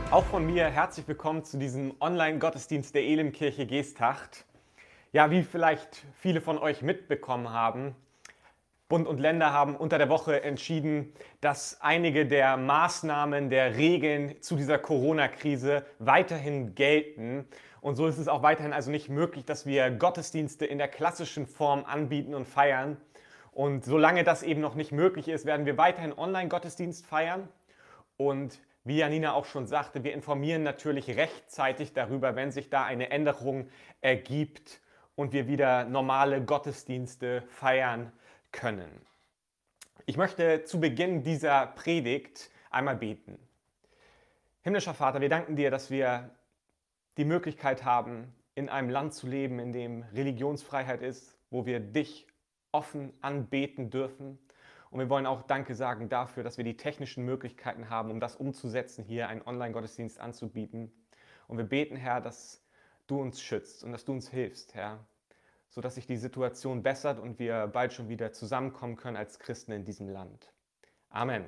Auch von mir herzlich willkommen zu diesem Online-Gottesdienst der Elimkirche Geesthacht. Ja, wie vielleicht viele von euch mitbekommen haben, Bund und Länder haben unter der Woche entschieden, dass einige der Maßnahmen, der Regeln zu dieser Corona-Krise weiterhin gelten. Und so ist es auch weiterhin also nicht möglich, dass wir Gottesdienste in der klassischen Form anbieten und feiern. Und solange das eben noch nicht möglich ist, werden wir weiterhin Online-Gottesdienst feiern. Und wie Janina auch schon sagte, wir informieren natürlich rechtzeitig darüber, wenn sich da eine Änderung ergibt und wir wieder normale Gottesdienste feiern können. Ich möchte zu Beginn dieser Predigt einmal beten. Himmlischer Vater, wir danken dir, dass wir die Möglichkeit haben, in einem Land zu leben, in dem Religionsfreiheit ist, wo wir dich offen anbeten dürfen. Und wir wollen auch Danke sagen dafür, dass wir die technischen Möglichkeiten haben, um das umzusetzen, hier einen Online-Gottesdienst anzubieten. Und wir beten, Herr, dass du uns schützt und dass du uns hilfst, Herr, sodass sich die Situation bessert und wir bald schon wieder zusammenkommen können als Christen in diesem Land. Amen.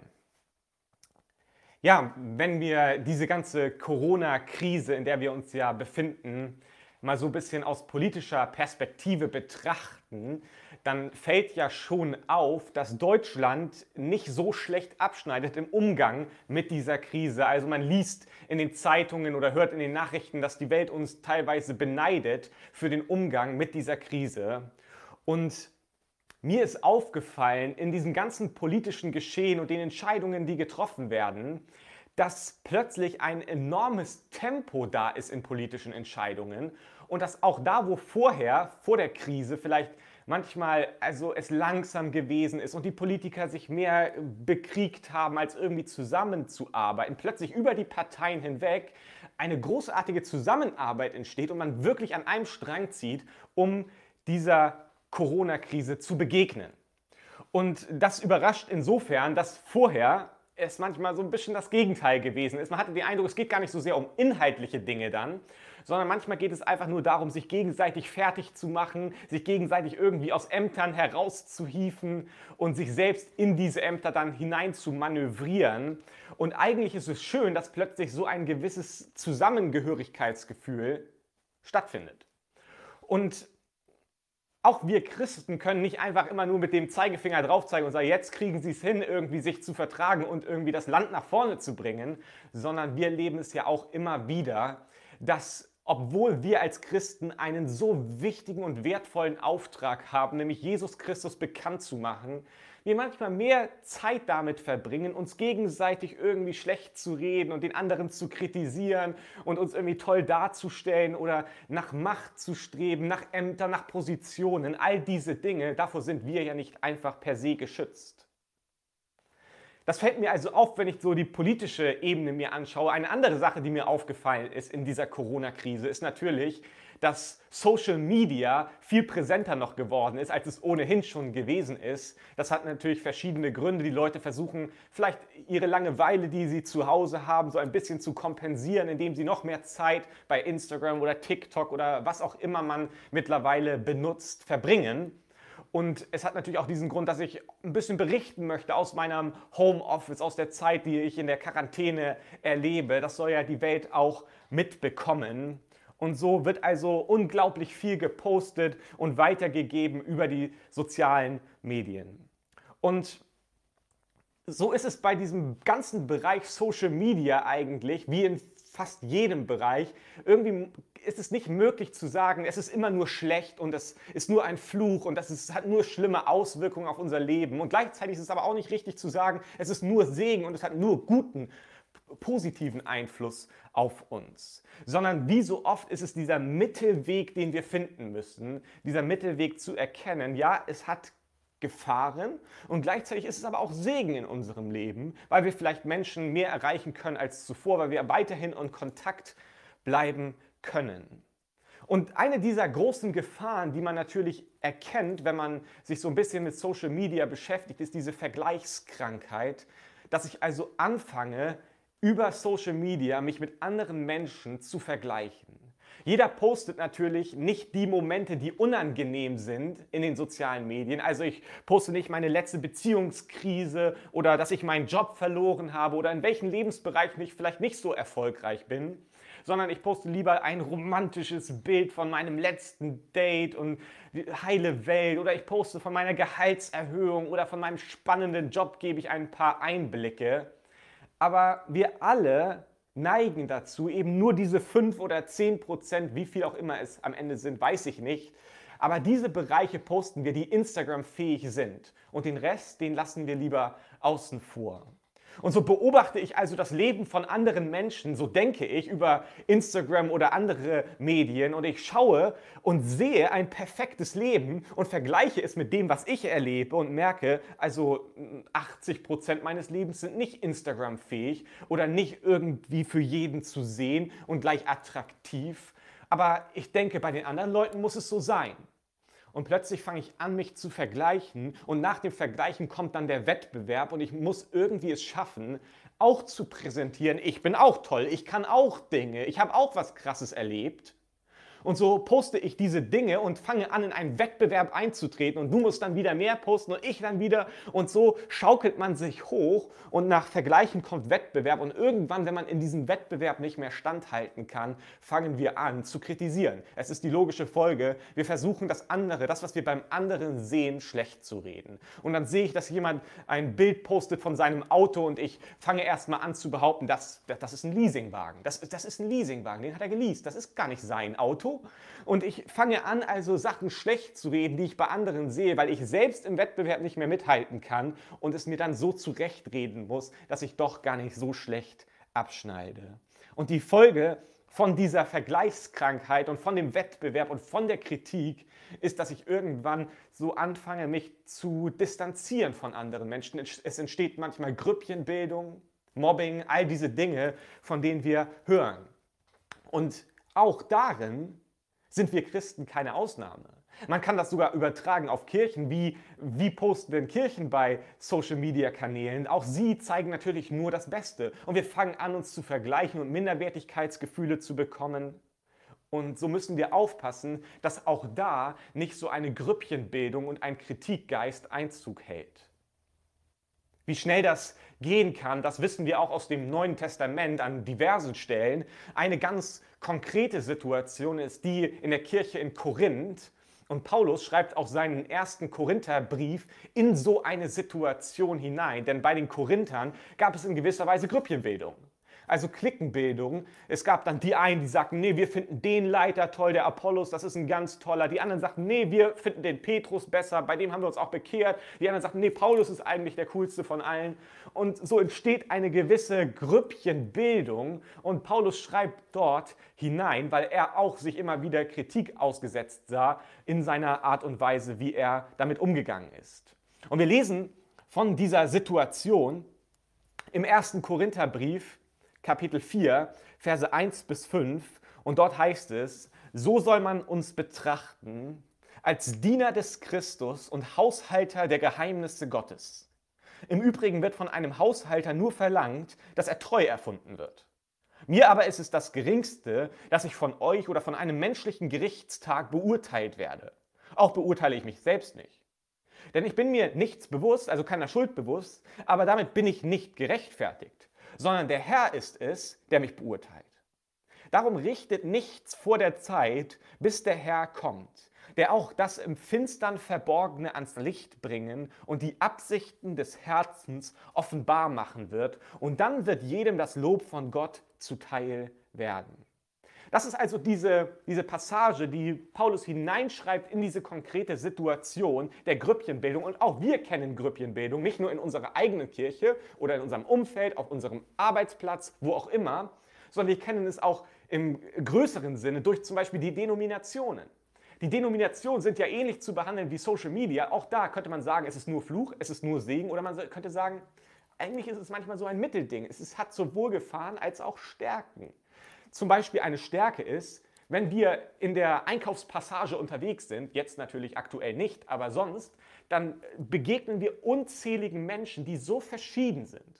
Ja, wenn wir diese ganze Corona-Krise, in der wir uns ja befinden, mal so ein bisschen aus politischer Perspektive betrachten, dann fällt ja schon auf, dass Deutschland nicht so schlecht abschneidet im Umgang mit dieser Krise. Also man liest in den Zeitungen oder hört in den Nachrichten, dass die Welt uns teilweise beneidet für den Umgang mit dieser Krise. Und mir ist aufgefallen, in diesem ganzen politischen Geschehen und den Entscheidungen, die getroffen werden, dass plötzlich ein enormes Tempo da ist in politischen Entscheidungen und dass auch da, wo vorher, vor der Krise, vielleicht manchmal also es langsam gewesen ist und die Politiker sich mehr bekriegt haben, als irgendwie zusammenzuarbeiten, plötzlich über die Parteien hinweg eine großartige Zusammenarbeit entsteht und man wirklich an einem Strang zieht, um dieser Corona-Krise zu begegnen. Und das überrascht insofern, dass vorher es manchmal so ein bisschen das Gegenteil gewesen ist. Man hatte den Eindruck, es geht gar nicht so sehr um inhaltliche Dinge dann, sondern manchmal geht es einfach nur darum, sich gegenseitig fertig zu machen, sich gegenseitig irgendwie aus Ämtern herauszuhieven und sich selbst in diese Ämter dann hinein zu manövrieren. Und eigentlich ist es schön, dass plötzlich so ein gewisses Zusammengehörigkeitsgefühl stattfindet. Und auch wir Christen können nicht einfach immer nur mit dem Zeigefinger drauf zeigen und sagen, jetzt kriegen sie es hin, irgendwie sich zu vertragen und irgendwie das Land nach vorne zu bringen, sondern wir leben es ja auch immer wieder, dass obwohl wir als Christen einen so wichtigen und wertvollen Auftrag haben, nämlich Jesus Christus bekannt zu machen, wir manchmal mehr Zeit damit verbringen, uns gegenseitig irgendwie schlecht zu reden und den anderen zu kritisieren und uns irgendwie toll darzustellen oder nach Macht zu streben, nach Ämtern, nach Positionen. All diese Dinge, davor sind wir ja nicht einfach per se geschützt. Das fällt mir also auf, wenn ich so die politische Ebene mir anschaue. Eine andere Sache, die mir aufgefallen ist in dieser Corona-Krise, ist natürlich, dass Social Media viel präsenter noch geworden ist, als es ohnehin schon gewesen ist. Das hat natürlich verschiedene Gründe. Die Leute versuchen vielleicht ihre Langeweile, die sie zu Hause haben, so ein bisschen zu kompensieren, indem sie noch mehr Zeit bei Instagram oder TikTok oder was auch immer man mittlerweile benutzt, verbringen. Und es hat natürlich auch diesen Grund, dass ich ein bisschen berichten möchte aus meinem Homeoffice, aus der Zeit, die ich in der Quarantäne erlebe. Das soll ja die Welt auch mitbekommen. Und so wird also unglaublich viel gepostet und weitergegeben über die sozialen Medien. Und so ist es bei diesem ganzen Bereich Social Media eigentlich, wie in fast jedem Bereich. Irgendwie ist es nicht möglich zu sagen, es ist immer nur schlecht und es ist nur ein Fluch und hat nur schlimme Auswirkungen auf unser Leben. Und gleichzeitig ist es aber auch nicht richtig zu sagen, es ist nur Segen und es hat nur guten, positiven Einfluss auf uns. Sondern wie so oft ist es dieser Mittelweg, den wir finden müssen, dieser Mittelweg zu erkennen, ja, es hat Gefahren und gleichzeitig ist es aber auch Segen in unserem Leben, weil wir vielleicht Menschen mehr erreichen können als zuvor, weil wir weiterhin in Kontakt bleiben können. Und eine dieser großen Gefahren, die man natürlich erkennt, wenn man sich so ein bisschen mit Social Media beschäftigt, ist diese Vergleichskrankheit, dass ich also anfange, über Social Media mich mit anderen Menschen zu vergleichen. Jeder postet natürlich nicht die Momente, die unangenehm sind in den sozialen Medien. Also ich poste nicht meine letzte Beziehungskrise oder dass ich meinen Job verloren habe oder in welchen Lebensbereichen ich vielleicht nicht so erfolgreich bin, sondern ich poste lieber ein romantisches Bild von meinem letzten Date und die heile Welt, oder ich poste von meiner Gehaltserhöhung oder von meinem spannenden Job, gebe ich ein paar Einblicke. Aber wir alle neigen dazu, eben nur diese 5 oder 10%, wie viel auch immer es am Ende sind, weiß ich nicht. Aber diese Bereiche posten wir, die Instagram-fähig sind. Und den Rest, den lassen wir lieber außen vor. Und so beobachte ich also das Leben von anderen Menschen, so denke ich, über Instagram oder andere Medien, und ich schaue und sehe ein perfektes Leben und vergleiche es mit dem, was ich erlebe, und merke, also 80% meines Lebens sind nicht Instagram-fähig oder nicht irgendwie für jeden zu sehen und gleich attraktiv. Aber ich denke, bei den anderen Leuten muss es so sein. Und plötzlich fange ich an, mich zu vergleichen, und nach dem Vergleichen kommt dann der Wettbewerb, und ich muss irgendwie es schaffen, auch zu präsentieren, ich bin auch toll, ich kann auch Dinge, ich habe auch was Krasses erlebt. Und so poste ich diese Dinge und fange an, in einen Wettbewerb einzutreten, und du musst dann wieder mehr posten und ich dann wieder, und so schaukelt man sich hoch, und nach Vergleichen kommt Wettbewerb, und irgendwann, wenn man in diesem Wettbewerb nicht mehr standhalten kann, fangen wir an zu kritisieren. Es ist die logische Folge, wir versuchen das andere, das, was wir beim anderen sehen, schlecht zu reden. Und dann sehe ich, dass jemand ein Bild postet von seinem Auto, und ich fange erstmal an zu behaupten, das ist ein Leasingwagen, das ist ein Leasingwagen, den hat er geleast, das ist gar nicht sein Auto. Und ich fange an, also Sachen schlecht zu reden, die ich bei anderen sehe, weil ich selbst im Wettbewerb nicht mehr mithalten kann und es mir dann so zurechtreden muss, dass ich doch gar nicht so schlecht abschneide. Und die Folge von dieser Vergleichskrankheit und von dem Wettbewerb und von der Kritik ist, dass ich irgendwann so anfange, mich zu distanzieren von anderen Menschen. Es entsteht manchmal Grüppchenbildung, Mobbing, all diese Dinge, von denen wir hören. Und auch darin sind wir Christen keine Ausnahme. Man kann das sogar übertragen auf Kirchen. Wie posten denn Kirchen bei Social-Media-Kanälen? Auch sie zeigen natürlich nur das Beste. Und wir fangen an, uns zu vergleichen und Minderwertigkeitsgefühle zu bekommen. Und so müssen wir aufpassen, dass auch da nicht so eine Grüppchenbildung und ein Kritikgeist Einzug hält. Wie schnell das gehen kann, das wissen wir auch aus dem Neuen Testament an diversen Stellen. Eine ganz konkrete Situation ist die in der Kirche in Korinth. Und Paulus schreibt auch seinen ersten Korintherbrief in so eine Situation hinein. Denn bei den Korinthern gab es in gewisser Weise Grüppchenbildung. Also Cliquenbildung. Es gab dann die einen, die sagten, nee, wir finden den Leiter toll, der Apollos, das ist ein ganz toller. Die anderen sagten, nee, wir finden den Petrus besser, bei dem haben wir uns auch bekehrt. Die anderen sagten, nee, Paulus ist eigentlich der coolste von allen. Und so entsteht eine gewisse Grüppchenbildung, und Paulus schreibt dort hinein, weil er auch sich immer wieder Kritik ausgesetzt sah in seiner Art und Weise, wie er damit umgegangen ist. Und wir lesen von dieser Situation im 1. Korintherbrief, Kapitel 4, Verse 1 bis 5, und dort heißt es, so soll man uns betrachten als Diener des Christus und Haushalter der Geheimnisse Gottes. Im Übrigen wird von einem Haushalter nur verlangt, dass er treu erfunden wird. Mir aber ist es das Geringste, dass ich von euch oder von einem menschlichen Gerichtstag beurteilt werde. Auch beurteile ich mich selbst nicht. Denn ich bin mir nichts bewusst, also keiner Schuld bewusst, aber damit bin ich nicht gerechtfertigt, sondern der Herr ist es, der mich beurteilt. Darum richtet nichts vor der Zeit, bis der Herr kommt, der auch das im Finstern Verborgene ans Licht bringen und die Absichten des Herzens offenbar machen wird, und dann wird jedem das Lob von Gott zuteil werden. Das ist also diese Passage, die Paulus hineinschreibt in diese konkrete Situation der Grüppchenbildung. Und auch wir kennen Grüppchenbildung, nicht nur in unserer eigenen Kirche oder in unserem Umfeld, auf unserem Arbeitsplatz, wo auch immer, sondern wir kennen es auch im größeren Sinne durch zum Beispiel die Denominationen. Die Denominationen sind ja ähnlich zu behandeln wie Social Media. Auch da könnte man sagen, es ist nur Fluch, es ist nur Segen, oder man könnte sagen, eigentlich ist es manchmal so ein Mittelding. Hat sowohl Gefahren als auch Stärken. Zum Beispiel eine Stärke ist, wenn wir in der Einkaufspassage unterwegs sind, jetzt natürlich aktuell nicht, aber sonst, dann begegnen wir unzähligen Menschen, die so verschieden sind.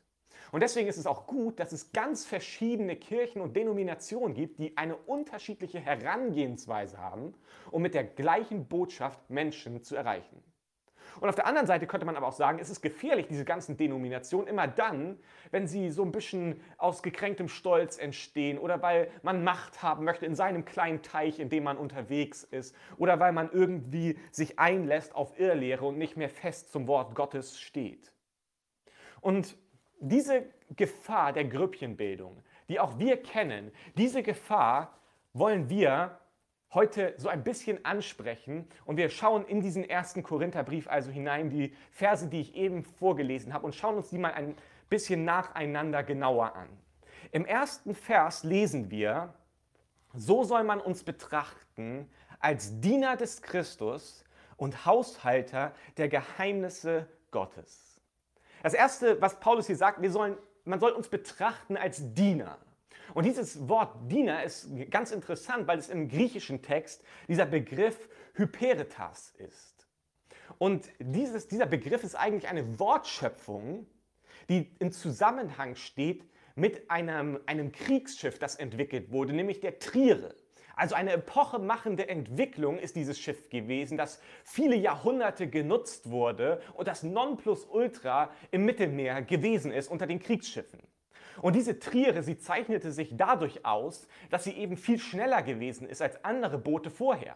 Und deswegen ist es auch gut, dass es ganz verschiedene Kirchen und Denominationen gibt, die eine unterschiedliche Herangehensweise haben, um mit der gleichen Botschaft Menschen zu erreichen. Und auf der anderen Seite könnte man aber auch sagen, es ist gefährlich, diese ganzen Denominationen, immer dann, wenn sie so ein bisschen aus gekränktem Stolz entstehen oder weil man Macht haben möchte in seinem kleinen Teich, in dem man unterwegs ist, oder weil man irgendwie sich einlässt auf Irrlehre und nicht mehr fest zum Wort Gottes steht. Und diese Gefahr der Grüppchenbildung, die auch wir kennen, diese Gefahr wollen wir heute so ein bisschen ansprechen, und wir schauen in diesen ersten Korintherbrief also hinein, die Verse, die ich eben vorgelesen habe, und schauen uns die mal ein bisschen nacheinander genauer an. Im ersten Vers lesen wir: So soll man uns betrachten als Diener des Christus und Haushalter der Geheimnisse Gottes. Das erste, was Paulus hier sagt, man soll uns betrachten als Diener. Und dieses Wort Diener ist ganz interessant, weil es im griechischen Text dieser Begriff Hyperetas ist. Und dieser Begriff ist eigentlich eine Wortschöpfung, die im Zusammenhang steht mit einem Kriegsschiff, das entwickelt wurde, nämlich der Triere. Also eine epochemachende Entwicklung ist dieses Schiff gewesen, das viele Jahrhunderte genutzt wurde und das Nonplusultra im Mittelmeer gewesen ist unter den Kriegsschiffen. Und diese Triere, sie zeichnete sich dadurch aus, dass sie eben viel schneller gewesen ist als andere Boote vorher.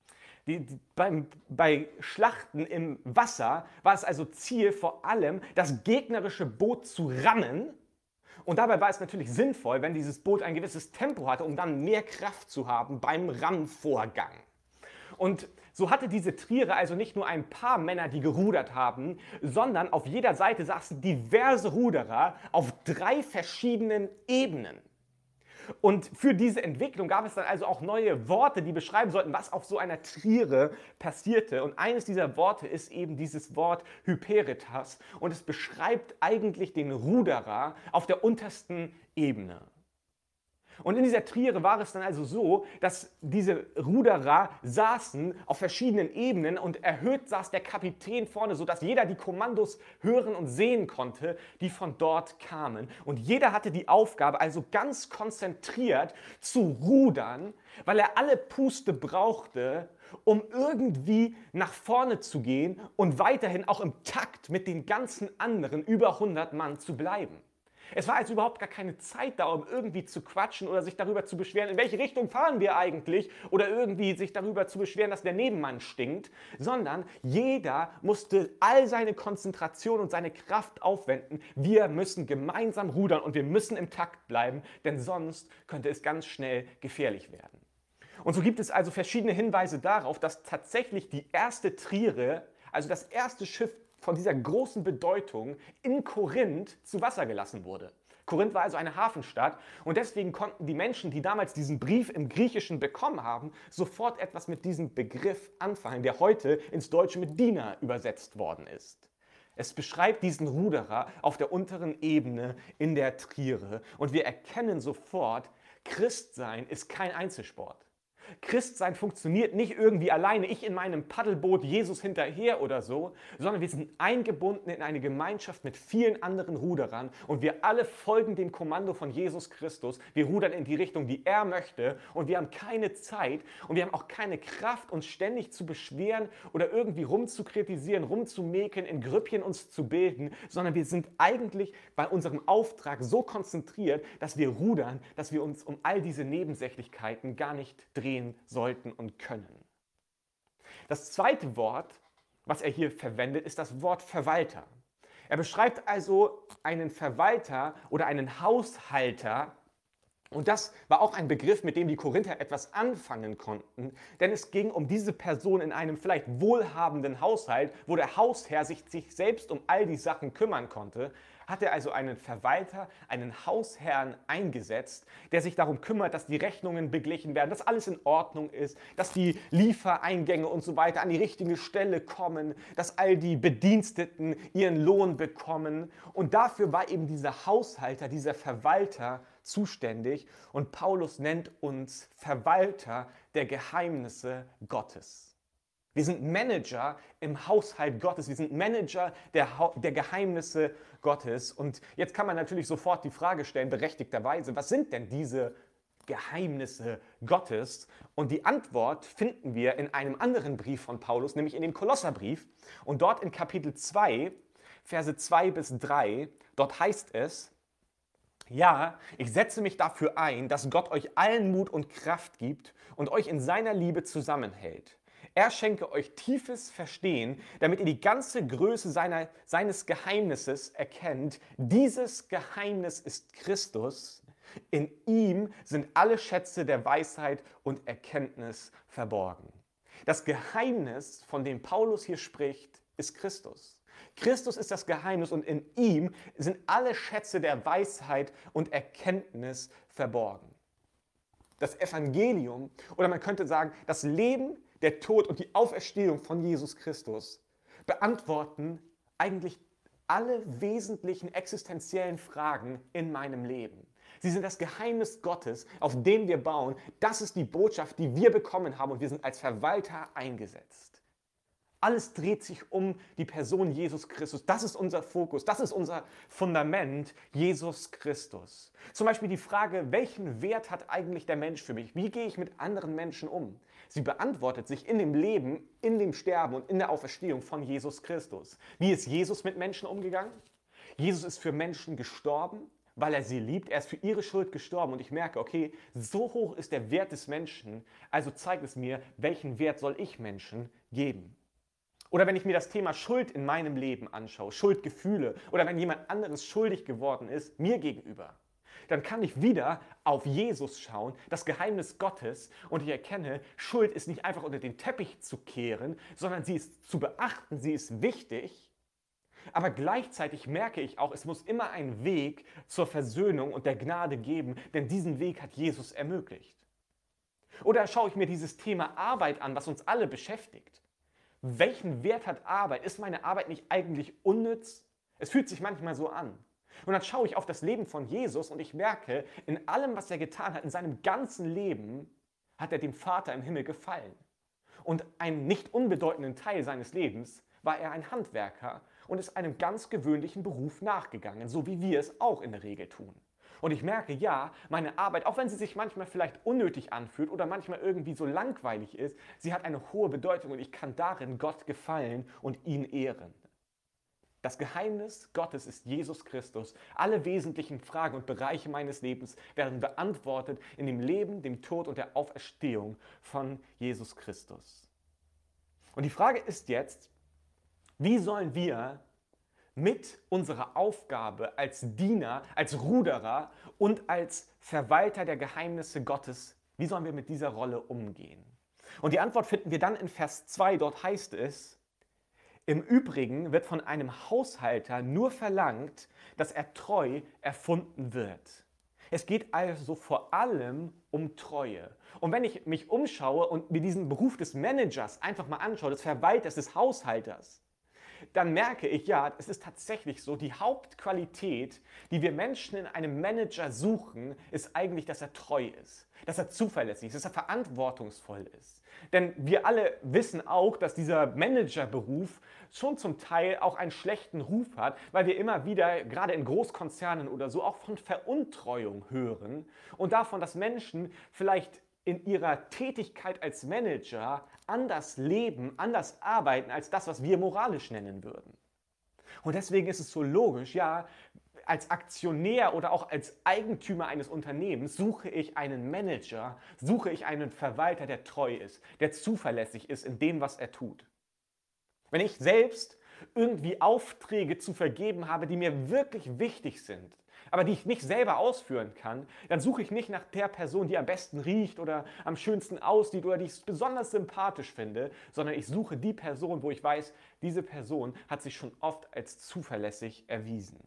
Bei Schlachten im Wasser war es also Ziel, vor allem das gegnerische Boot zu rammen. Und dabei war es natürlich sinnvoll, wenn dieses Boot ein gewisses Tempo hatte, um dann mehr Kraft zu haben beim Rammvorgang. Und so hatte diese Triere also nicht nur ein paar Männer, die gerudert haben, sondern auf jeder Seite saßen diverse Ruderer auf 3 verschiedenen Ebenen. Und für diese Entwicklung gab es dann also auch neue Worte, die beschreiben sollten, was auf so einer Triere passierte. Und eines dieser Worte ist eben dieses Wort Hyperetas. Und es beschreibt eigentlich den Ruderer auf der untersten Ebene. Und in dieser Triere war es dann also so, dass diese Ruderer saßen auf verschiedenen Ebenen und erhöht saß der Kapitän vorne, sodass jeder die Kommandos hören und sehen konnte, die von dort kamen. Und jeder hatte die Aufgabe, also ganz konzentriert zu rudern, weil er alle Puste brauchte, um irgendwie nach vorne zu gehen und weiterhin auch im Takt mit den ganzen anderen über 100 Mann zu bleiben. Es war also überhaupt gar keine Zeit da, um irgendwie zu quatschen oder sich darüber zu beschweren, in welche Richtung fahren wir eigentlich, oder irgendwie sich darüber zu beschweren, dass der Nebenmann stinkt, sondern jeder musste all seine Konzentration und seine Kraft aufwenden. Wir müssen gemeinsam rudern und wir müssen im Takt bleiben, denn sonst könnte es ganz schnell gefährlich werden. Und so gibt es also verschiedene Hinweise darauf, dass tatsächlich die erste Triere, also das erste Schiff von dieser großen Bedeutung, in Korinth zu Wasser gelassen wurde. Korinth war also eine Hafenstadt, und deswegen konnten die Menschen, die damals diesen Brief im Griechischen bekommen haben, sofort etwas mit diesem Begriff anfangen, der heute ins Deutsche mit Diener übersetzt worden ist. Es beschreibt diesen Ruderer auf der unteren Ebene in der Triere, und wir erkennen sofort, Christsein ist kein Einzelsport. Christsein funktioniert nicht irgendwie alleine, ich in meinem Paddelboot, Jesus hinterher oder so, sondern wir sind eingebunden in eine Gemeinschaft mit vielen anderen Ruderern, und wir alle folgen dem Kommando von Jesus Christus. Wir rudern in die Richtung, die er möchte, und wir haben keine Zeit und wir haben auch keine Kraft, uns ständig zu beschweren oder irgendwie rumzukritisieren, rumzumäkeln, in Grüppchen uns zu bilden, sondern wir sind eigentlich bei unserem Auftrag so konzentriert, dass wir rudern, dass wir uns um all diese Nebensächlichkeiten gar nicht drehen sollten und können. Das zweite Wort, was er hier verwendet, ist das Wort Verwalter. Er beschreibt also einen Verwalter oder einen Haushalter, und das war auch ein Begriff, mit dem die Korinther etwas anfangen konnten, denn es ging um diese Person in einem vielleicht wohlhabenden Haushalt, wo der Hausherr sich selbst um all die Sachen kümmern konnte. Hat er also einen Verwalter, einen Hausherrn eingesetzt, der sich darum kümmert, dass die Rechnungen beglichen werden, dass alles in Ordnung ist, dass die Liefereingänge und so weiter an die richtige Stelle kommen, dass all die Bediensteten ihren Lohn bekommen. Und dafür war eben dieser Haushalter, dieser Verwalter zuständig, und Paulus nennt uns Verwalter der Geheimnisse Gottes. Wir sind Manager im Haushalt Gottes. Wir sind Manager der Geheimnisse Gottes. Und jetzt kann man natürlich sofort die Frage stellen, berechtigterweise, was sind denn diese Geheimnisse Gottes? Und die Antwort finden wir in einem anderen Brief von Paulus, nämlich in dem Kolosserbrief. Und dort in Kapitel 2, Verse 2 bis 3, dort heißt es: Ja, ich setze mich dafür ein, dass Gott euch allen Mut und Kraft gibt und euch in seiner Liebe zusammenhält. Er schenke euch tiefes Verstehen, damit ihr die ganze Größe seines Geheimnisses erkennt. Dieses Geheimnis ist Christus. In ihm sind alle Schätze der Weisheit und Erkenntnis verborgen. Das Geheimnis, von dem Paulus hier spricht, ist Christus. Christus ist das Geheimnis und in ihm sind alle Schätze der Weisheit und Erkenntnis verborgen. Das Evangelium, oder man könnte sagen, das Leben, der Tod und die Auferstehung von Jesus Christus beantworten eigentlich alle wesentlichen existenziellen Fragen in meinem Leben. Sie sind das Geheimnis Gottes, auf dem wir bauen. Das ist die Botschaft, die wir bekommen haben und wir sind als Verwalter eingesetzt. Alles dreht sich um die Person Jesus Christus. Das ist unser Fokus, das ist unser Fundament, Jesus Christus. Zum Beispiel die Frage, welchen Wert hat eigentlich der Mensch für mich? Wie gehe ich mit anderen Menschen um? Sie beantwortet sich in dem Leben, in dem Sterben und in der Auferstehung von Jesus Christus. Wie ist Jesus mit Menschen umgegangen? Jesus ist für Menschen gestorben, weil er sie liebt. Er ist für ihre Schuld gestorben und ich merke, okay, so hoch ist der Wert des Menschen, also zeigt es mir, welchen Wert soll ich Menschen geben. Oder wenn ich mir das Thema Schuld in meinem Leben anschaue, Schuldgefühle oder wenn jemand anderes schuldig geworden ist, mir gegenüber, dann kann ich wieder auf Jesus schauen, das Geheimnis Gottes, und ich erkenne, Schuld ist nicht einfach unter den Teppich zu kehren, sondern sie ist zu beachten, sie ist wichtig. Aber gleichzeitig merke ich auch, es muss immer einen Weg zur Versöhnung und der Gnade geben, denn diesen Weg hat Jesus ermöglicht. Oder schaue ich mir dieses Thema Arbeit an, was uns alle beschäftigt. Welchen Wert hat Arbeit? Ist meine Arbeit nicht eigentlich unnütz? Es fühlt sich manchmal so an. Und dann schaue ich auf das Leben von Jesus und ich merke, in allem, was er getan hat, in seinem ganzen Leben, hat er dem Vater im Himmel gefallen. Und einen nicht unbedeutenden Teil seines Lebens war er ein Handwerker und ist einem ganz gewöhnlichen Beruf nachgegangen, so wie wir es auch in der Regel tun. Und ich merke, ja, meine Arbeit, auch wenn sie sich manchmal vielleicht unnötig anfühlt oder manchmal irgendwie so langweilig ist, sie hat eine hohe Bedeutung und ich kann darin Gott gefallen und ihn ehren. Das Geheimnis Gottes ist Jesus Christus. Alle wesentlichen Fragen und Bereiche meines Lebens werden beantwortet in dem Leben, dem Tod und der Auferstehung von Jesus Christus. Und die Frage ist jetzt, wie sollen wir mit unserer Aufgabe als Diener, als Ruderer und als Verwalter der Geheimnisse Gottes, wie sollen wir mit dieser Rolle umgehen? Und die Antwort finden wir dann in Vers 2, dort heißt es: Im Übrigen wird von einem Haushalter nur verlangt, dass er treu erfunden wird. Es geht also vor allem um Treue. Und wenn ich mich umschaue und mir diesen Beruf des Managers einfach mal anschaue, des Verwalters, des Haushalters, dann merke ich, ja, es ist tatsächlich so, die Hauptqualität, die wir Menschen in einem Manager suchen, ist eigentlich, dass er treu ist, dass er zuverlässig ist, dass er verantwortungsvoll ist. Denn wir alle wissen auch, dass dieser Managerberuf schon zum Teil auch einen schlechten Ruf hat, weil wir immer wieder, gerade in Großkonzernen oder so, auch von Veruntreuung hören und davon, dass Menschen vielleicht in ihrer Tätigkeit als Manager anders leben, anders arbeiten als das, was wir moralisch nennen würden. Und deswegen ist es so logisch, ja, als Aktionär oder auch als Eigentümer eines Unternehmens suche ich einen Manager, suche ich einen Verwalter, der treu ist, der zuverlässig ist in dem, was er tut. Wenn ich selbst irgendwie Aufträge zu vergeben habe, die mir wirklich wichtig sind, aber die ich nicht selber ausführen kann, dann suche ich nicht nach der Person, die am besten riecht oder am schönsten aussieht oder die ich besonders sympathisch finde, sondern ich suche die Person, wo ich weiß, diese Person hat sich schon oft als zuverlässig erwiesen.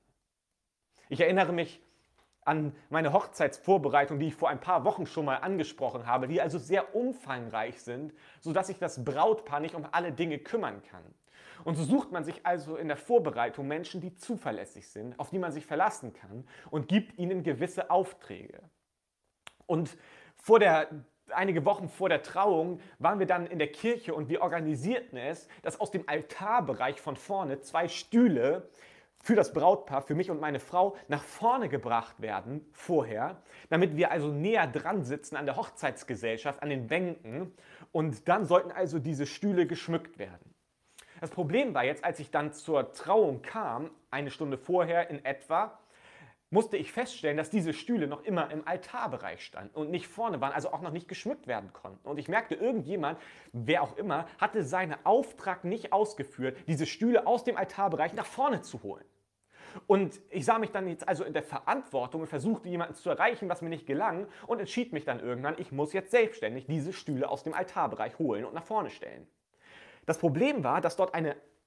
Ich erinnere mich an meine Hochzeitsvorbereitung, die ich vor ein paar Wochen schon mal angesprochen habe, die also sehr umfangreich sind, sodass sich das Brautpaar nicht um alle Dinge kümmern kann. Und so sucht man sich also in der Vorbereitung Menschen, die zuverlässig sind, auf die man sich verlassen kann und gibt ihnen gewisse Aufträge. Und vor der einige Wochen vor der Trauung waren wir dann in der Kirche und wir organisierten es, dass aus dem Altarbereich von vorne 2 Stühle für das Brautpaar, für mich und meine Frau, nach vorne gebracht werden vorher, damit wir also näher dran sitzen an der Hochzeitsgesellschaft, an den Bänken, und dann sollten also diese Stühle geschmückt werden. Das Problem war jetzt, als ich dann zur Trauung kam, eine Stunde vorher in etwa, musste ich feststellen, dass diese Stühle noch immer im Altarbereich standen und nicht vorne waren, also auch noch nicht geschmückt werden konnten. Und ich merkte, irgendjemand, wer auch immer, hatte seinen Auftrag nicht ausgeführt, diese Stühle aus dem Altarbereich nach vorne zu holen. Und ich sah mich dann jetzt also in der Verantwortung und versuchte jemanden zu erreichen, was mir nicht gelang, und entschied mich dann irgendwann, ich muss jetzt selbstständig diese Stühle aus dem Altarbereich holen und nach vorne stellen. Das Problem war, dass dort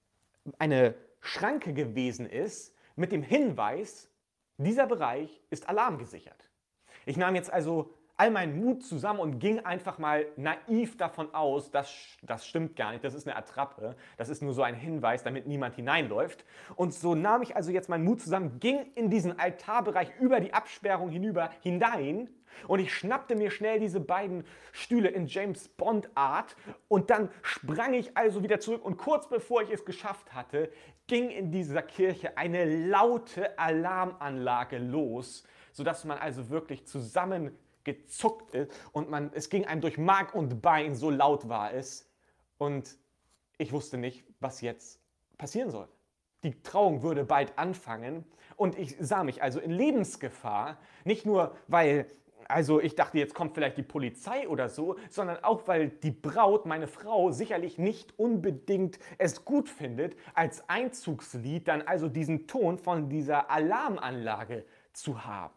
eine Schranke gewesen ist mit dem Hinweis, dieser Bereich ist alarmgesichert. Ich nahm jetzt also all meinen Mut zusammen und ging einfach mal naiv davon aus, das stimmt gar nicht, das ist eine Attrappe, das ist nur so ein Hinweis, damit niemand hineinläuft. Und so nahm ich also jetzt meinen Mut zusammen, ging in diesen Altarbereich über die Absperrung hinein, und ich schnappte mir schnell diese beiden Stühle in James Bond Art, und dann sprang ich also wieder zurück, und kurz bevor ich es geschafft hatte, ging in dieser Kirche eine laute Alarmanlage los, sodass man also wirklich zusammengezuckt ist und es ging einem durch Mark und Bein, so laut war es. Und ich wusste nicht, was jetzt passieren soll. Die Trauung würde bald anfangen und ich sah mich also in Lebensgefahr, nicht nur, weil ich dachte, jetzt kommt vielleicht die Polizei oder so, sondern auch, weil die Braut, meine Frau, sicherlich nicht unbedingt es gut findet, als Einzugslied dann also diesen Ton von dieser Alarmanlage zu haben.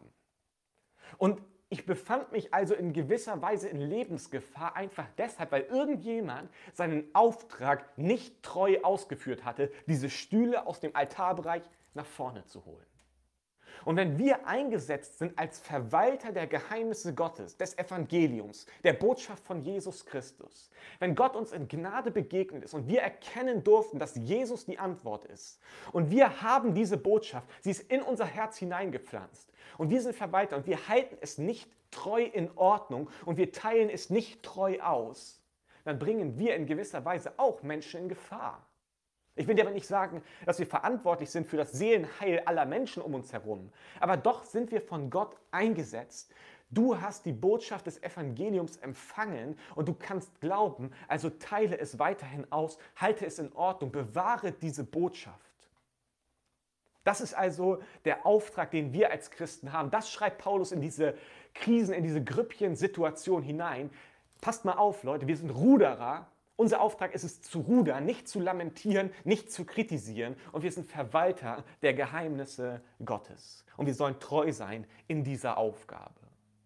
Und ich befand mich also in gewisser Weise in Lebensgefahr, einfach deshalb, weil irgendjemand seinen Auftrag nicht treu ausgeführt hatte, diese Stühle aus dem Altarbereich nach vorne zu holen. Und wenn wir eingesetzt sind als Verwalter der Geheimnisse Gottes, des Evangeliums, der Botschaft von Jesus Christus, wenn Gott uns in Gnade begegnet ist und wir erkennen durften, dass Jesus die Antwort ist, und wir haben diese Botschaft, sie ist in unser Herz hineingepflanzt, und wir sind Verwalter und wir halten es nicht treu in Ordnung und wir teilen es nicht treu aus, dann bringen wir in gewisser Weise auch Menschen in Gefahr. Ich will dir aber nicht sagen, dass wir verantwortlich sind für das Seelenheil aller Menschen um uns herum. Aber doch sind wir von Gott eingesetzt. Du hast die Botschaft des Evangeliums empfangen und du kannst glauben, also teile es weiterhin aus, halte es in Ordnung, bewahre diese Botschaft. Das ist also der Auftrag, den wir als Christen haben. Das schreibt Paulus in diese Krisen, in diese Grüppchensituation hinein. Passt mal auf, Leute, wir sind Ruderer. Unser Auftrag ist es, zu rudern, nicht zu lamentieren, nicht zu kritisieren. Und wir sind Verwalter der Geheimnisse Gottes. Und wir sollen treu sein in dieser Aufgabe.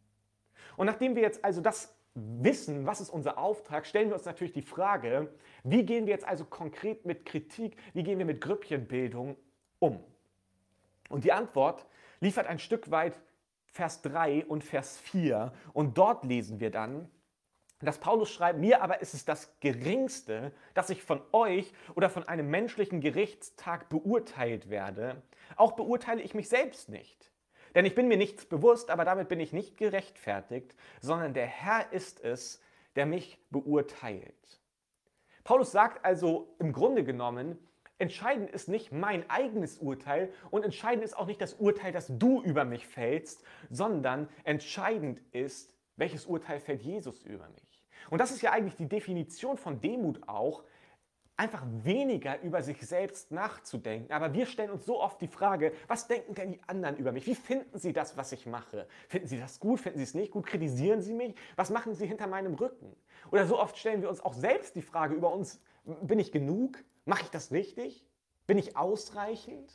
Und nachdem wir jetzt also das wissen, was ist unser Auftrag, stellen wir uns natürlich die Frage, wie gehen wir jetzt also konkret mit Kritik, wie gehen wir mit Grüppchenbildung um? Und die Antwort liefert ein Stück weit Vers 3 und Vers 4. Und dort lesen wir dann, dass Paulus schreibt, mir aber ist es das Geringste, dass ich von euch oder von einem menschlichen Gerichtstag beurteilt werde. Auch beurteile ich mich selbst nicht. Denn ich bin mir nichts bewusst, aber damit bin ich nicht gerechtfertigt, sondern der Herr ist es, der mich beurteilt. Paulus sagt also im Grunde genommen, entscheidend ist nicht mein eigenes Urteil und entscheidend ist auch nicht das Urteil, das du über mich fällst, sondern entscheidend ist, welches Urteil fällt Jesus über mich. Und das ist ja eigentlich die Definition von Demut auch, einfach weniger über sich selbst nachzudenken. Aber wir stellen uns so oft die Frage, was denken denn die anderen über mich? Wie finden sie das, was ich mache? Finden sie das gut? Finden sie es nicht gut? Kritisieren sie mich? Was machen sie hinter meinem Rücken? Oder so oft stellen wir uns auch selbst die Frage über uns, bin ich genug? Mache ich das richtig? Bin ich ausreichend?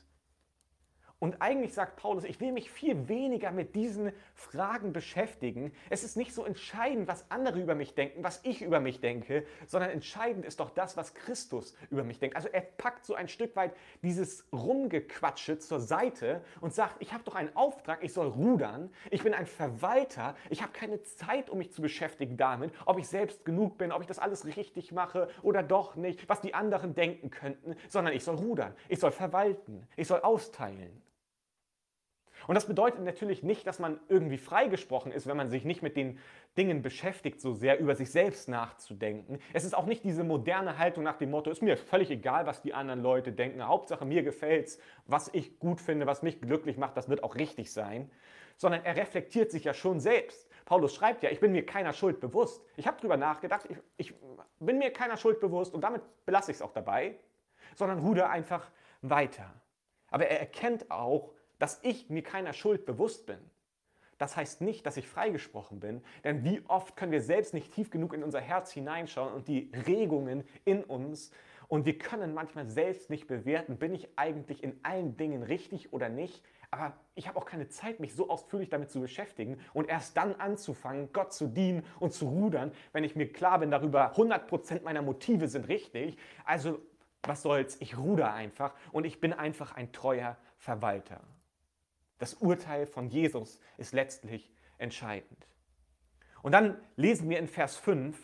Und eigentlich sagt Paulus, ich will mich viel weniger mit diesen Fragen beschäftigen. Es ist nicht so entscheidend, was andere über mich denken, was ich über mich denke, sondern entscheidend ist doch das, was Christus über mich denkt. Also er packt so ein Stück weit dieses Rumgequatsche zur Seite und sagt, ich habe doch einen Auftrag, ich soll rudern, ich bin ein Verwalter, ich habe keine Zeit, um mich zu beschäftigen damit, ob ich selbst genug bin, ob ich das alles richtig mache oder doch nicht, was die anderen denken könnten, sondern ich soll rudern, ich soll verwalten, ich soll austeilen. Und das bedeutet natürlich nicht, dass man irgendwie freigesprochen ist, wenn man sich nicht mit den Dingen beschäftigt, so sehr über sich selbst nachzudenken. Es ist auch nicht diese moderne Haltung nach dem Motto, ist mir völlig egal, was die anderen Leute denken, Hauptsache mir gefällt's, was ich gut finde, was mich glücklich macht, das wird auch richtig sein. Sondern er reflektiert sich ja schon selbst. Paulus schreibt ja, ich bin mir keiner Schuld bewusst. Ich habe darüber nachgedacht, ich bin mir keiner Schuld bewusst und damit belasse ich es auch dabei, sondern ruder einfach weiter. Aber er erkennt auch, dass ich mir keiner Schuld bewusst bin. Das heißt nicht, dass ich freigesprochen bin, denn wie oft können wir selbst nicht tief genug in unser Herz hineinschauen und die Regungen in uns und wir können manchmal selbst nicht bewerten, bin ich eigentlich in allen Dingen richtig oder nicht, aber ich habe auch keine Zeit, mich so ausführlich damit zu beschäftigen und erst dann anzufangen, Gott zu dienen und zu rudern, wenn ich mir klar bin darüber, 100% meiner Motive sind richtig, also was soll's, ich ruder einfach und ich bin einfach ein treuer Verwalter. Das Urteil von Jesus ist letztlich entscheidend. Und dann lesen wir in Vers 5,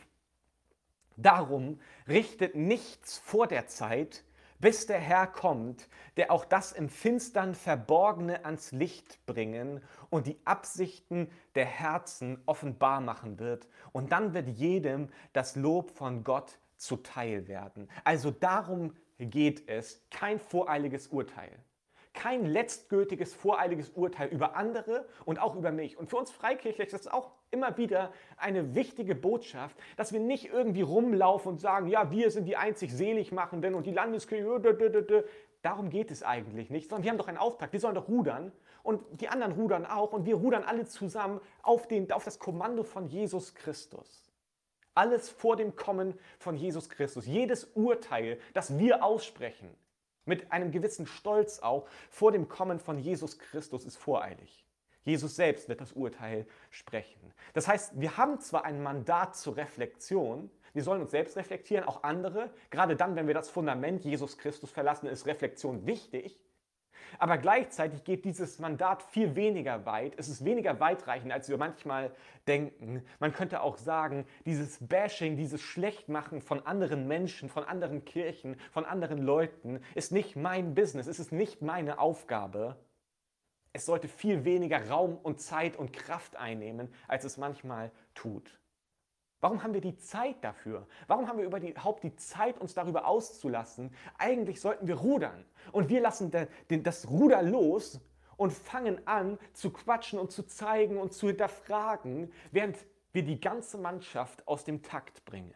darum richtet nichts vor der Zeit, bis der Herr kommt, der auch das im Finstern Verborgene ans Licht bringen und die Absichten der Herzen offenbar machen wird. Und dann wird jedem das Lob von Gott zuteil werden. Also darum geht es, kein voreiliges Urteil. Kein letztgültiges, voreiliges Urteil über andere und auch über mich. Und für uns Freikirchler ist das auch immer wieder eine wichtige Botschaft, dass wir nicht irgendwie rumlaufen und sagen, ja, wir sind die einzig Seligmachenden und die Landeskirche, darum geht es eigentlich nicht, sondern wir haben doch einen Auftrag, wir sollen doch rudern und die anderen rudern auch und wir rudern alle zusammen auf das Kommando von Jesus Christus. Alles vor dem Kommen von Jesus Christus. Jedes Urteil, das wir aussprechen, mit einem gewissen Stolz auch, vor dem Kommen von Jesus Christus ist voreilig. Jesus selbst wird das Urteil sprechen. Das heißt, wir haben zwar ein Mandat zur Reflexion, wir sollen uns selbst reflektieren, auch andere. Gerade dann, wenn wir das Fundament Jesus Christus verlassen, ist Reflexion wichtig. Aber gleichzeitig geht dieses Mandat viel weniger weit. Es ist weniger weitreichend, als wir manchmal denken. Man könnte auch sagen, dieses Bashing, dieses Schlechtmachen von anderen Menschen, von anderen Kirchen, von anderen Leuten ist nicht mein Business. Es ist nicht meine Aufgabe. Es sollte viel weniger Raum und Zeit und Kraft einnehmen, als es manchmal tut. Warum haben wir die Zeit dafür? Warum haben wir überhaupt die Zeit, uns darüber auszulassen? Eigentlich sollten wir rudern. Und wir lassen das Ruder los und fangen an zu quatschen und zu zeigen und zu hinterfragen, während wir die ganze Mannschaft aus dem Takt bringen.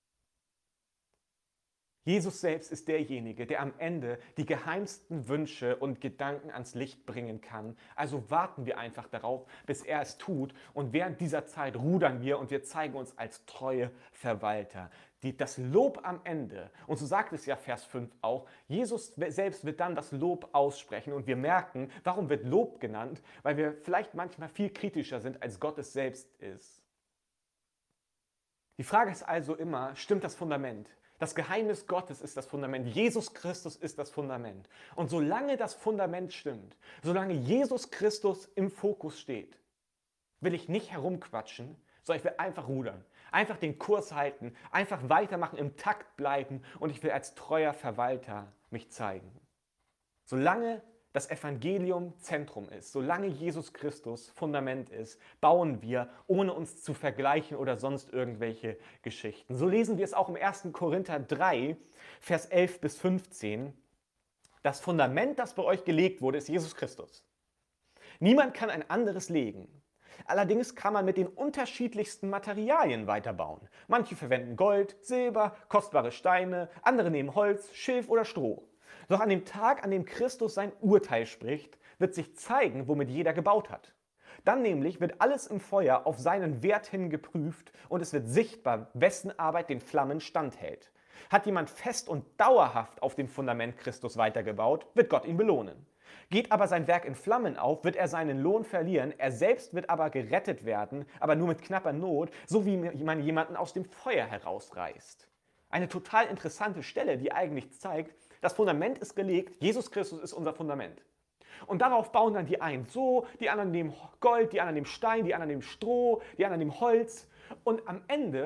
Jesus selbst ist derjenige, der am Ende die geheimsten Wünsche und Gedanken ans Licht bringen kann. Also warten wir einfach darauf, bis er es tut. Und während dieser Zeit rudern wir und wir zeigen uns als treue Verwalter. Das Lob am Ende, und so sagt es ja Vers 5 auch, Jesus selbst wird dann das Lob aussprechen. Und wir merken, warum wird Lob genannt? Weil wir vielleicht manchmal viel kritischer sind, als Gott es selbst ist. Die Frage ist also immer, stimmt das Fundament? Das Geheimnis Gottes ist das Fundament. Jesus Christus ist das Fundament. Und solange das Fundament stimmt, solange Jesus Christus im Fokus steht, will ich nicht herumquatschen, sondern ich will einfach rudern. Einfach den Kurs halten, einfach weitermachen, im Takt bleiben und ich will als treuer Verwalter mich zeigen. Solange das Evangelium Zentrum ist, solange Jesus Christus Fundament ist, bauen wir, ohne uns zu vergleichen oder sonst irgendwelche Geschichten. So lesen wir es auch im 1. Korinther 3, Vers 11 bis 15. Das Fundament, das bei euch gelegt wurde, ist Jesus Christus. Niemand kann ein anderes legen. Allerdings kann man mit den unterschiedlichsten Materialien weiterbauen. Manche verwenden Gold, Silber, kostbare Steine, andere nehmen Holz, Schilf oder Stroh. Doch an dem Tag, an dem Christus sein Urteil spricht, wird sich zeigen, womit jeder gebaut hat. Dann nämlich wird alles im Feuer auf seinen Wert hin geprüft und es wird sichtbar, wessen Arbeit den Flammen standhält. Hat jemand fest und dauerhaft auf dem Fundament Christus weitergebaut, wird Gott ihn belohnen. Geht aber sein Werk in Flammen auf, wird er seinen Lohn verlieren, er selbst wird aber gerettet werden, aber nur mit knapper Not, so wie man jemanden aus dem Feuer herausreißt. Eine total interessante Stelle, die eigentlich zeigt, das Fundament ist gelegt, Jesus Christus ist unser Fundament. Und darauf bauen dann die einen so, die anderen nehmen Gold, die anderen nehmen Stein, die anderen nehmen Stroh, die anderen nehmen Holz. Und am Ende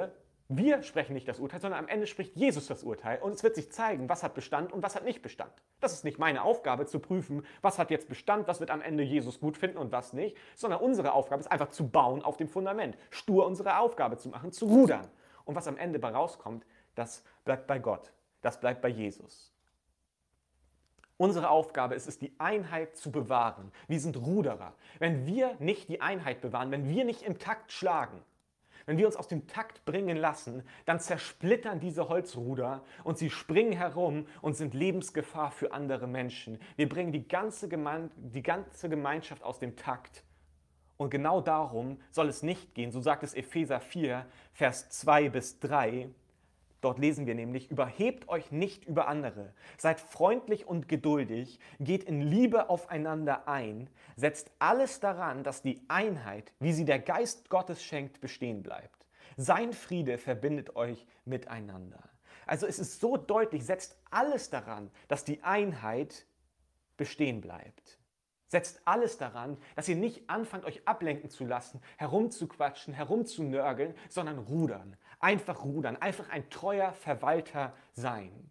Wir sprechen nicht das Urteil, sondern am Ende spricht Jesus das Urteil und es wird sich zeigen, was hat Bestand und was hat nicht Bestand. Das ist nicht meine Aufgabe zu prüfen, was hat jetzt Bestand, was wird am Ende Jesus gut finden und was nicht, sondern unsere Aufgabe ist einfach zu bauen auf dem Fundament, stur unsere Aufgabe zu machen, zu rudern. Und was am Ende bei rauskommt, das bleibt bei Gott, das bleibt bei Jesus. Unsere Aufgabe ist es, die Einheit zu bewahren. Wir sind Ruderer. Wenn wir nicht die Einheit bewahren, wenn wir nicht im Takt schlagen, wenn wir uns aus dem Takt bringen lassen, dann zersplittern diese Holzruder und sie springen herum und sind Lebensgefahr für andere Menschen. Wir bringen die ganze Gemeinschaft aus dem Takt. Und genau darum soll es nicht gehen. So sagt es Epheser 4, Vers 2 bis 3. Dort lesen wir nämlich, überhebt euch nicht über andere, seid freundlich und geduldig, geht in Liebe aufeinander ein, setzt alles daran, dass die Einheit, wie sie der Geist Gottes schenkt, bestehen bleibt. Sein Friede verbindet euch miteinander. Also es ist so deutlich, setzt alles daran, dass die Einheit bestehen bleibt. Setzt alles daran, dass ihr nicht anfangt, euch ablenken zu lassen, herumzuquatschen, herumzunörgeln, sondern rudern. Einfach rudern, einfach ein treuer Verwalter sein.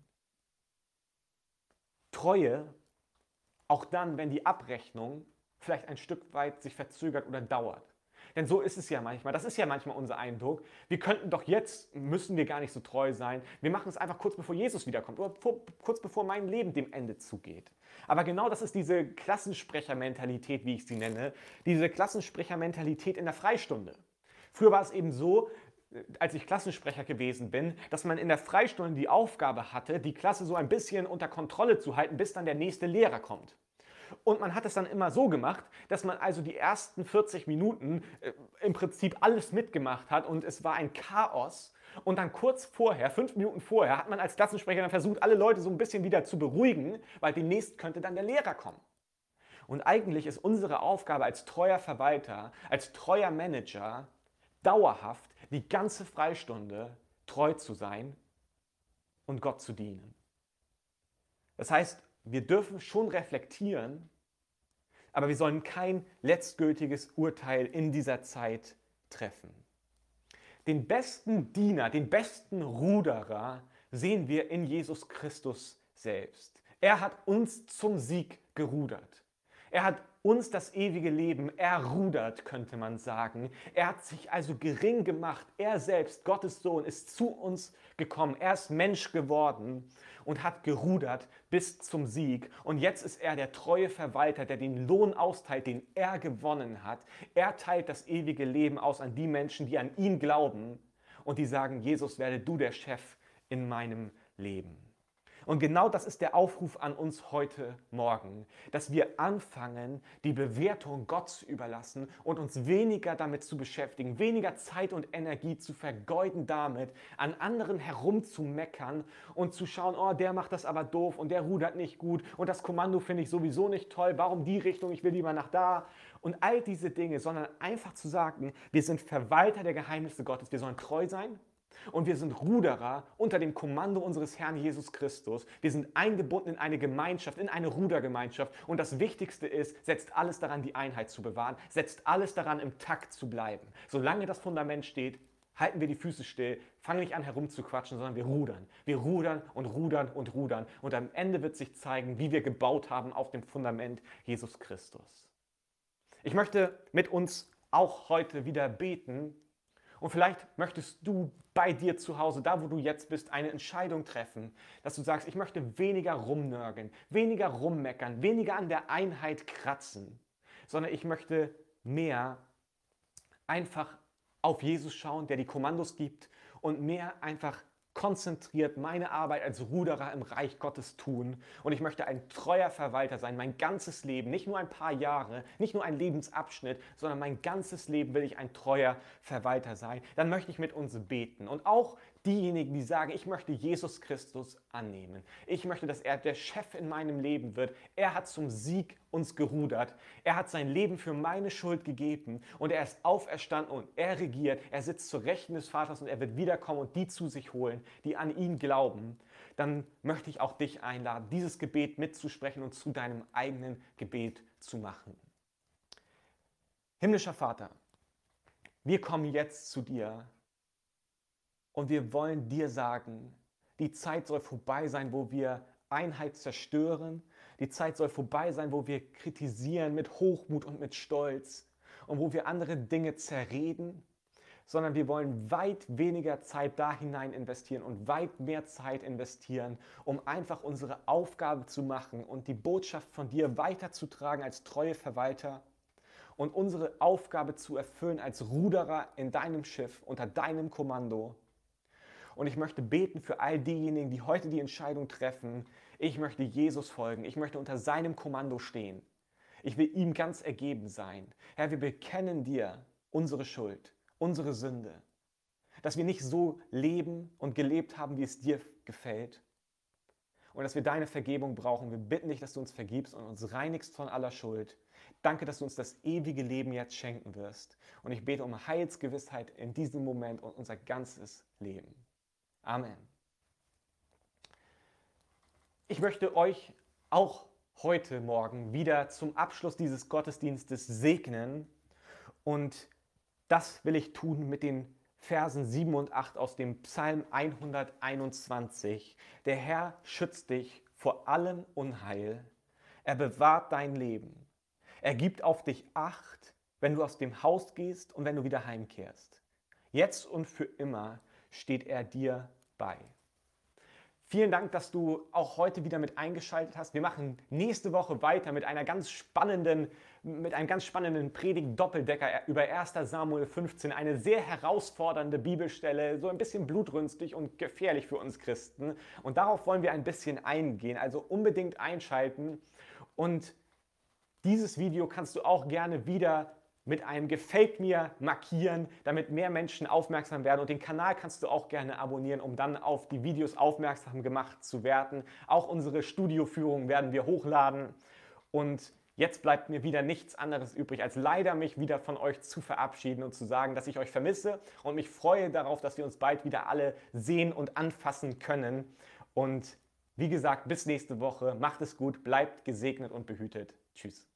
Treue, auch dann, wenn die Abrechnung vielleicht ein Stück weit sich verzögert oder dauert. Denn so ist es ja manchmal, das ist ja manchmal unser Eindruck. Wir könnten doch jetzt, müssen wir gar nicht so treu sein. Wir machen es einfach kurz bevor Jesus wiederkommt oder kurz bevor mein Leben dem Ende zugeht. Aber genau das ist diese Klassensprechermentalität, wie ich sie nenne, diese Klassensprechermentalität in der Freistunde. Früher war es eben so, als ich Klassensprecher gewesen bin, dass man in der Freistunde die Aufgabe hatte, die Klasse so ein bisschen unter Kontrolle zu halten, bis dann der nächste Lehrer kommt. Und man hat es dann immer so gemacht, dass man also die ersten 40 Minuten im Prinzip alles mitgemacht hat und es war ein Chaos. Und dann kurz vorher, 5 Minuten vorher, hat man als Klassensprecher dann versucht, alle Leute so ein bisschen wieder zu beruhigen, weil demnächst könnte dann der Lehrer kommen. Und eigentlich ist unsere Aufgabe als treuer Verwalter, als treuer Manager, dauerhaft die ganze Freistunde treu zu sein und Gott zu dienen. Das heißt, wir dürfen schon reflektieren, aber wir sollen kein letztgültiges Urteil in dieser Zeit treffen. Den besten Diener, den besten Ruderer sehen wir in Jesus Christus selbst. Er hat uns zum Sieg gerudert. Er hat uns das ewige Leben errudert, könnte man sagen. Er hat sich also gering gemacht. Er selbst, Gottes Sohn, ist zu uns gekommen. Er ist Mensch geworden und hat gerudert bis zum Sieg. Und jetzt ist er der treue Verwalter, der den Lohn austeilt, den er gewonnen hat. Er teilt das ewige Leben aus an die Menschen, die an ihn glauben und die sagen, Jesus, werde du der Chef in meinem Leben. Und genau das ist der Aufruf an uns heute Morgen, dass wir anfangen, die Bewertung Gott zu überlassen und uns weniger damit zu beschäftigen, weniger Zeit und Energie zu vergeuden damit, an anderen herumzumeckern und zu schauen, oh, der macht das aber doof und der rudert nicht gut und das Kommando finde ich sowieso nicht toll, warum die Richtung, ich will lieber nach da und all diese Dinge, sondern einfach zu sagen, wir sind Verwalter der Geheimnisse Gottes, wir sollen treu sein. Und wir sind Ruderer unter dem Kommando unseres Herrn Jesus Christus. Wir sind eingebunden in eine Gemeinschaft, in eine Rudergemeinschaft. Und das Wichtigste ist, setzt alles daran, die Einheit zu bewahren. Setzt alles daran, im Takt zu bleiben. Solange das Fundament steht, halten wir die Füße still, fangen nicht an herumzuquatschen, sondern wir rudern. Wir rudern und rudern und rudern. Und am Ende wird sich zeigen, wie wir gebaut haben auf dem Fundament Jesus Christus. Ich möchte mit uns auch heute wieder beten. Und vielleicht möchtest du bei dir zu Hause, da wo du jetzt bist, eine Entscheidung treffen, dass du sagst, ich möchte weniger rumnörgeln, weniger rummeckern, weniger an der Einheit kratzen, sondern ich möchte mehr einfach auf Jesus schauen, der die Kommandos gibt und mehr einfach konzentriert meine Arbeit als Ruderer im Reich Gottes tun. Und ich möchte ein treuer Verwalter sein, mein ganzes Leben, nicht nur ein paar Jahre, nicht nur ein Lebensabschnitt, sondern mein ganzes Leben will ich ein treuer Verwalter sein. Dann möchte ich mit uns beten. Und auch diejenigen, die sagen, ich möchte Jesus Christus annehmen. Ich möchte, dass er der Chef in meinem Leben wird. Er hat zum Sieg uns gerudert. Er hat sein Leben für meine Schuld gegeben und er ist auferstanden und er regiert. Er sitzt zur Rechten des Vaters und er wird wiederkommen und die zu sich holen, die an ihn glauben. Dann möchte ich auch dich einladen, dieses Gebet mitzusprechen und zu deinem eigenen Gebet zu machen. Himmlischer Vater, wir kommen jetzt zu dir Und wir wollen dir sagen, die Zeit soll vorbei sein, wo wir Einheit zerstören. Die Zeit soll vorbei sein, wo wir kritisieren mit Hochmut und mit Stolz und wo wir andere Dinge zerreden, sondern wir wollen weit weniger Zeit da hinein investieren und weit mehr Zeit investieren, um einfach unsere Aufgabe zu machen und die Botschaft von dir weiterzutragen als treue Verwalter und unsere Aufgabe zu erfüllen als Ruderer in deinem Schiff unter deinem Kommando. Und ich möchte beten für all diejenigen, die heute die Entscheidung treffen, ich möchte Jesus folgen, ich möchte unter seinem Kommando stehen. Ich will ihm ganz ergeben sein. Herr, wir bekennen dir unsere Schuld, unsere Sünde, dass wir nicht so leben und gelebt haben, wie es dir gefällt und dass wir deine Vergebung brauchen. Wir bitten dich, dass du uns vergibst und uns reinigst von aller Schuld. Danke, dass du uns das ewige Leben jetzt schenken wirst. Und ich bete um Heilsgewissheit in diesem Moment und unser ganzes Leben. Amen. Ich möchte euch auch heute Morgen wieder zum Abschluss dieses Gottesdienstes segnen und das will ich tun mit den Versen 7 und 8 aus dem Psalm 121. Der Herr schützt dich vor allem Unheil. Er bewahrt dein Leben. Er gibt auf dich Acht, wenn du aus dem Haus gehst und wenn du wieder heimkehrst. Jetzt und für immer steht er dir bei. Vielen Dank, dass du auch heute wieder mit eingeschaltet hast. Wir machen nächste Woche weiter mit einem ganz spannenden Predigt-Doppeldecker über 1. Samuel 15. Eine sehr herausfordernde Bibelstelle, so ein bisschen blutrünstig und gefährlich für uns Christen. Und darauf wollen wir ein bisschen eingehen. Also unbedingt einschalten. Und dieses Video kannst du auch gerne wieder mit einem Gefällt mir markieren, damit mehr Menschen aufmerksam werden. Und den Kanal kannst du auch gerne abonnieren, um dann auf die Videos aufmerksam gemacht zu werden. Auch unsere Studioführung werden wir hochladen. Und jetzt bleibt mir wieder nichts anderes übrig, als leider mich wieder von euch zu verabschieden und zu sagen, dass ich euch vermisse und mich freue darauf, dass wir uns bald wieder alle sehen und anfassen können. Und wie gesagt, bis nächste Woche. Macht es gut, bleibt gesegnet und behütet. Tschüss.